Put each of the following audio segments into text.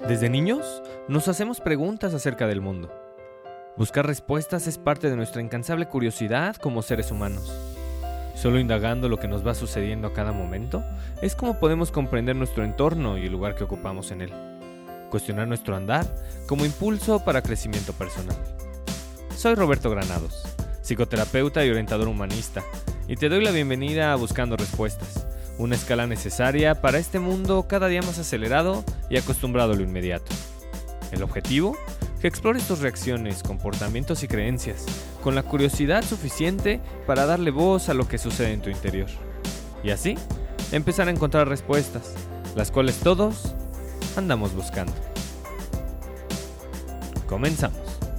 Desde niños, nos hacemos preguntas acerca del mundo. Buscar respuestas es parte de nuestra incansable curiosidad como seres humanos. Solo indagando lo que nos va sucediendo a cada momento, es como podemos comprender nuestro entorno y el lugar que ocupamos en él. Cuestionar nuestro andar como impulso para crecimiento personal. Soy Roberto Granados, psicoterapeuta y orientador humanista, y te doy la bienvenida a Buscando Respuestas, una escala necesaria para este mundo cada día más acelerado y acostumbrado a lo inmediato. El objetivo: que explores tus reacciones, comportamientos y creencias, con la curiosidad suficiente para darle voz a lo que sucede en tu interior. Y así, empezar a encontrar respuestas, las cuales todos andamos buscando. Comenzamos.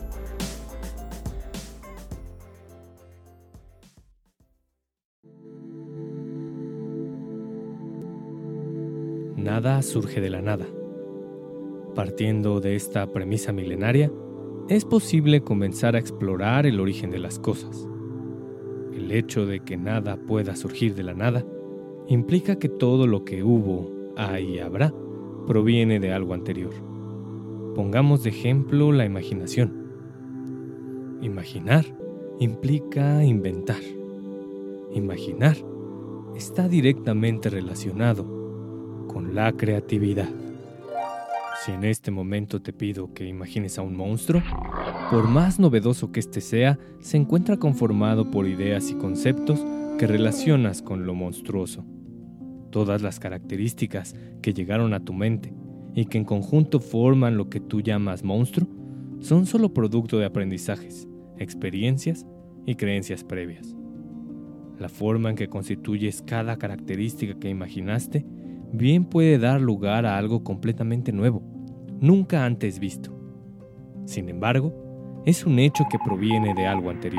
Nada surge de la nada. Partiendo de esta premisa milenaria, es posible comenzar a explorar el origen de las cosas. El hecho de que nada pueda surgir de la nada implica que todo lo que hubo, hay y habrá proviene de algo anterior. Pongamos de ejemplo la imaginación. Imaginar implica inventar. Imaginar está directamente relacionado con la creatividad. Si en este momento te pido que imagines a un monstruo, por más novedoso que éste sea, se encuentra conformado por ideas y conceptos que relacionas con lo monstruoso. Todas las características que llegaron a tu mente y que en conjunto forman lo que tú llamas monstruo, son solo producto de aprendizajes, experiencias y creencias previas. La forma en que constituyes cada característica que imaginaste bien puede dar lugar a algo completamente nuevo, nunca antes visto. Sin embargo, es un hecho que proviene de algo anterior.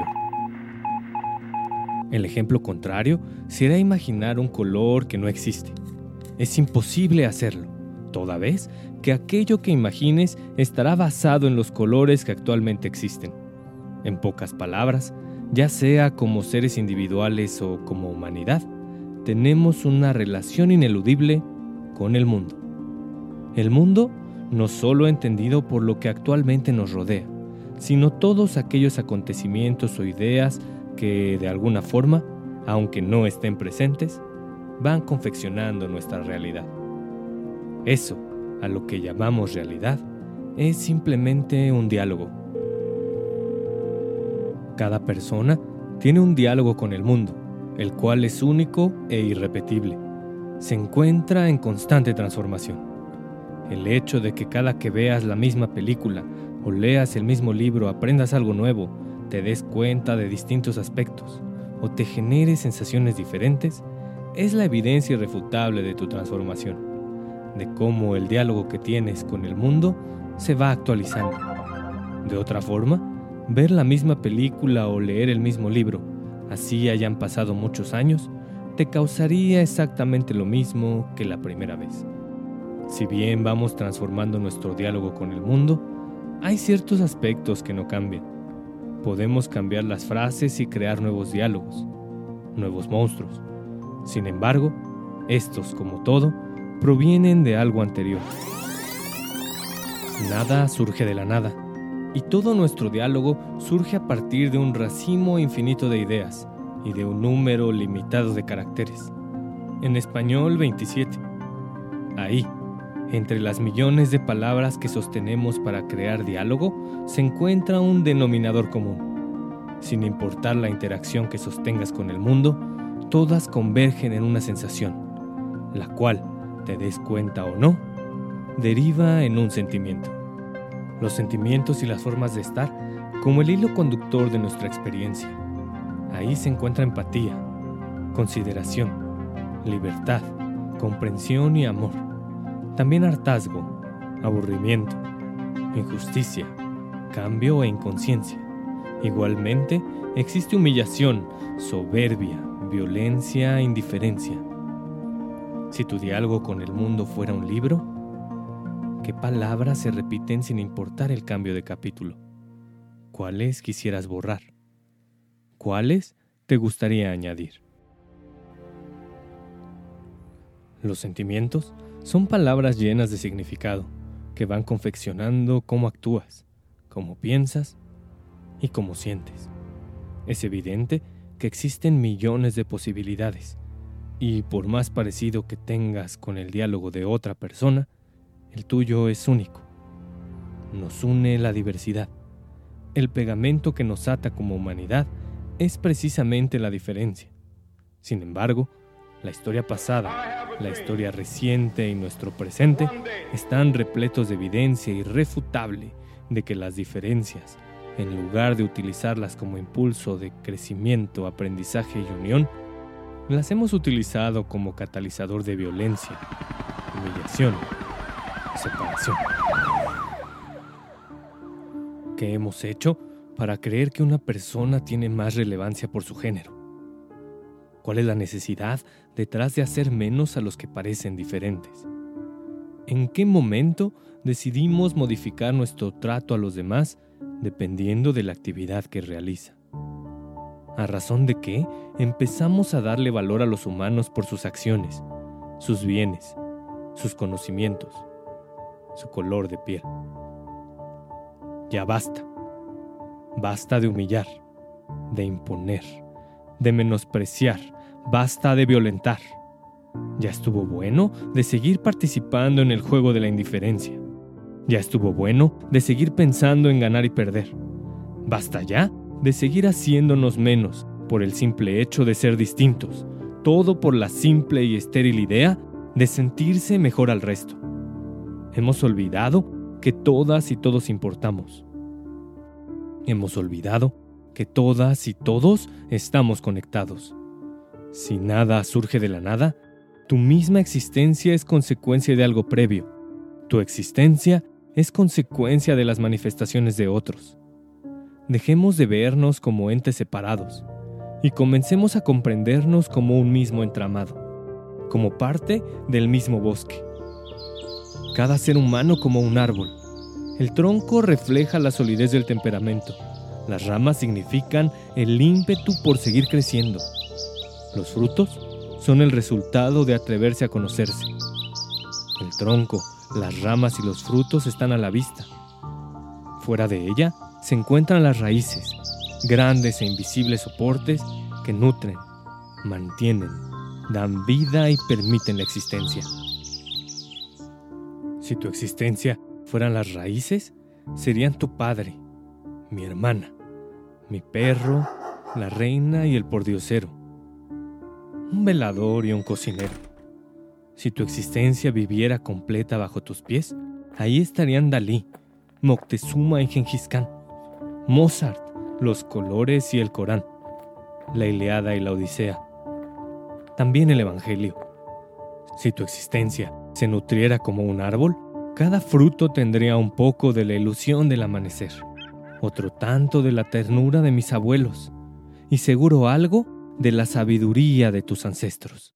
El ejemplo contrario será imaginar un color que no existe. Es imposible hacerlo, toda vez que aquello que imagines estará basado en los colores que actualmente existen. En pocas palabras, ya sea como seres individuales o como humanidad, tenemos una relación ineludible con el mundo. El mundo no solo entendido por lo que actualmente nos rodea, sino todos aquellos acontecimientos o ideas que, de alguna forma, aunque no estén presentes, van confeccionando nuestra realidad. Eso, a lo que llamamos realidad, es simplemente un diálogo. Cada persona tiene un diálogo con el mundo, el cual es único e irrepetible. Se encuentra en constante transformación. El hecho de que cada que veas la misma película o leas el mismo libro aprendas algo nuevo, te des cuenta de distintos aspectos o te genere sensaciones diferentes, es la evidencia irrefutable de tu transformación, de cómo el diálogo que tienes con el mundo se va actualizando. De otra forma, ver la misma película o leer el mismo libro, así hayan pasado muchos años, te causaría exactamente lo mismo que la primera vez. Si bien vamos transformando nuestro diálogo con el mundo, hay ciertos aspectos que no cambian. Podemos cambiar las frases y crear nuevos diálogos, nuevos monstruos. Sin embargo, estos, como todo, provienen de algo anterior. Nada surge de la nada, y todo nuestro diálogo surge a partir de un racimo infinito de ideas y de un número limitado de caracteres. En español, 27. Ahí, entre las millones de palabras que sostenemos para crear diálogo, se encuentra un denominador común. Sin importar la interacción que sostengas con el mundo, todas convergen en una sensación, la cual, te des cuenta o no, deriva en un sentimiento. Los sentimientos y las formas de estar como el hilo conductor de nuestra experiencia. Ahí se encuentra empatía, consideración, libertad, comprensión y amor. También hartazgo, aburrimiento, injusticia, cambio e inconsciencia. Igualmente, existe humillación, soberbia, violencia e indiferencia. Si tu diálogo con el mundo fuera un libro, ¿qué palabras se repiten sin importar el cambio de capítulo? ¿Cuáles quisieras borrar? ¿Cuáles te gustaría añadir? Los sentimientos son palabras llenas de significado, que van confeccionando cómo actúas, cómo piensas y cómo sientes. Es evidente que existen millones de posibilidades y por más parecido que tengas con el diálogo de otra persona, el tuyo es único. Nos une la diversidad. El pegamento que nos ata como humanidad es precisamente la diferencia. Sin embargo, la historia pasada, la historia reciente y nuestro presente están repletos de evidencia irrefutable de que las diferencias, en lugar de utilizarlas como impulso de crecimiento, aprendizaje y unión, las hemos utilizado como catalizador de violencia, humillación y separación. ¿Qué hemos hecho para creer que una persona tiene más relevancia por su género? ¿Cuál es la necesidad detrás de hacer menos a los que parecen diferentes? ¿En qué momento decidimos modificar nuestro trato a los demás dependiendo de la actividad que realiza? ¿A razón de qué empezamos a darle valor a los humanos por sus acciones, sus bienes, sus conocimientos, su color de piel? Ya basta. Basta de humillar, de imponer, de menospreciar. Basta de violentar. Ya estuvo bueno de seguir participando en el juego de la indiferencia. Ya estuvo bueno de seguir pensando en ganar y perder. Basta ya de seguir haciéndonos menos por el simple hecho de ser distintos, todo por la simple y estéril idea de sentirse mejor al resto. Hemos olvidado que todas y todos importamos. Hemos olvidado que todas y todos estamos conectados. Si nada surge de la nada, tu misma existencia es consecuencia de algo previo. Tu existencia es consecuencia de las manifestaciones de otros. Dejemos de vernos como entes separados y comencemos a comprendernos como un mismo entramado, como parte del mismo bosque. Cada ser humano como un árbol. El tronco refleja la solidez del temperamento. Las ramas significan el ímpetu por seguir creciendo. Los frutos son el resultado de atreverse a conocerse. El tronco, las ramas y los frutos están a la vista. Fuera de ella se encuentran las raíces, grandes e invisibles soportes que nutren, mantienen, dan vida y permiten la existencia. Si tu existencia fueran las raíces, serían tu padre, mi hermana, mi perro, la reina y el pordiosero, un velador y un cocinero. Si tu existencia viviera completa bajo tus pies, ahí estarían Dalí, Moctezuma y Gengis Khan, Mozart, los colores y el Corán, la Ilíada y la Odisea, también el Evangelio. Si tu existencia se nutriera como un árbol, cada fruto tendría un poco de la ilusión del amanecer, otro tanto de la ternura de mis abuelos y seguro algo de la sabiduría de tus ancestros.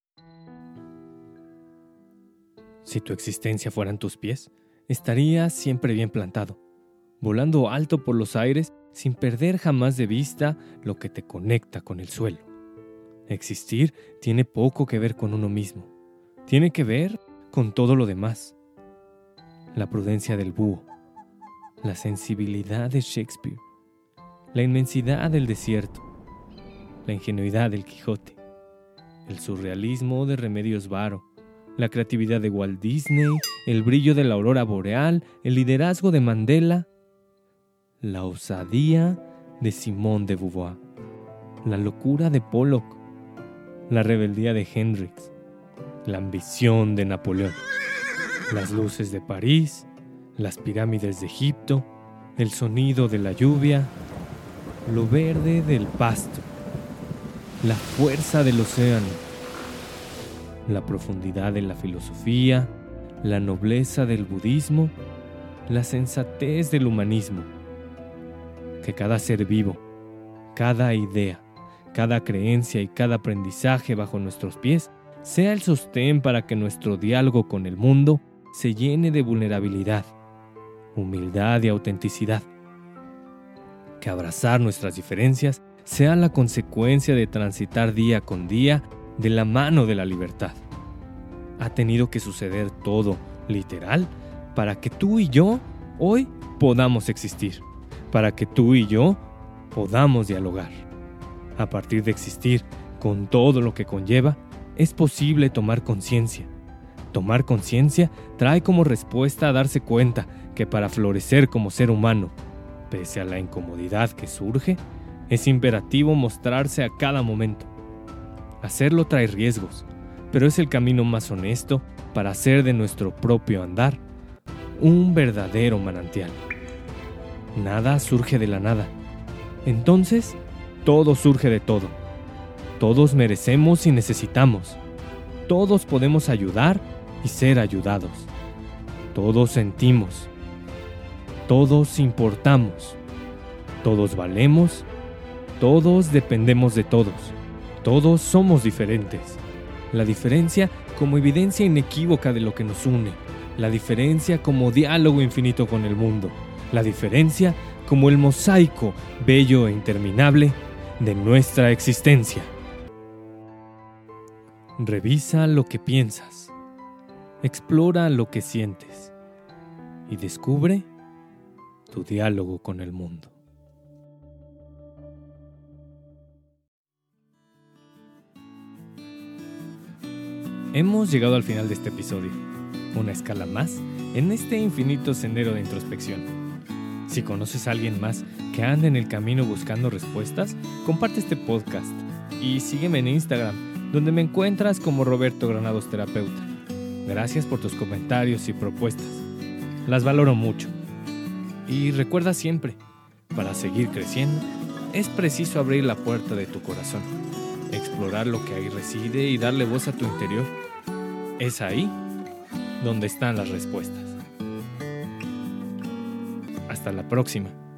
Si tu existencia fueran tus pies, estarías siempre bien plantado, volando alto por los aires sin perder jamás de vista lo que te conecta con el suelo. Existir tiene poco que ver con uno mismo, tiene que ver con todo lo demás. La prudencia del búho, la sensibilidad de Shakespeare, la inmensidad del desierto, la ingenuidad del Quijote, el surrealismo de Remedios Varo, la creatividad de Walt Disney, el brillo de la aurora boreal, el liderazgo de Mandela, la osadía de Simone de Beauvoir, la locura de Pollock, la rebeldía de Hendrix, la ambición de Napoleón, las luces de París, las pirámides de Egipto, el sonido de la lluvia, lo verde del pasto, la fuerza del océano, la profundidad de la filosofía, la nobleza del budismo, la sensatez del humanismo. Que cada ser vivo, cada idea, cada creencia y cada aprendizaje bajo nuestros pies sea el sostén para que nuestro diálogo con el mundo se llene de vulnerabilidad, humildad y autenticidad. Que abrazar nuestras diferencias sea la consecuencia de transitar día con día de la mano de la libertad. Ha tenido que suceder todo, literal, para que tú y yo hoy podamos existir, para que tú y yo podamos dialogar. A partir de existir con todo lo que conlleva, es posible tomar conciencia. Tomar conciencia trae como respuesta a darse cuenta que para florecer como ser humano, pese a la incomodidad que surge, es imperativo mostrarse a cada momento. Hacerlo trae riesgos, pero es el camino más honesto para hacer de nuestro propio andar un verdadero manantial. Nada surge de la nada. Entonces, todo surge de todo. Todos merecemos y necesitamos. Todos podemos ayudar y ser ayudados. Todos sentimos. Todos importamos. Todos valemos. Todos dependemos de todos. Todos somos diferentes. La diferencia como evidencia inequívoca de lo que nos une. La diferencia como diálogo infinito con el mundo. La diferencia como el mosaico bello e interminable de nuestra existencia. Revisa lo que piensas. Explora lo que sientes. Y descubre tu diálogo con el mundo. Hemos llegado al final de este episodio, una escala más en este infinito sendero de introspección. Si conoces a alguien más que ande en el camino buscando respuestas, comparte este podcast y sígueme en Instagram, donde me encuentras como Roberto Granados Terapeuta. Gracias por tus comentarios y propuestas. Las valoro mucho. Y recuerda siempre, para seguir creciendo, es preciso abrir la puerta de tu corazón, explorar lo que ahí reside y darle voz a tu interior. Es ahí donde están las respuestas. Hasta la próxima.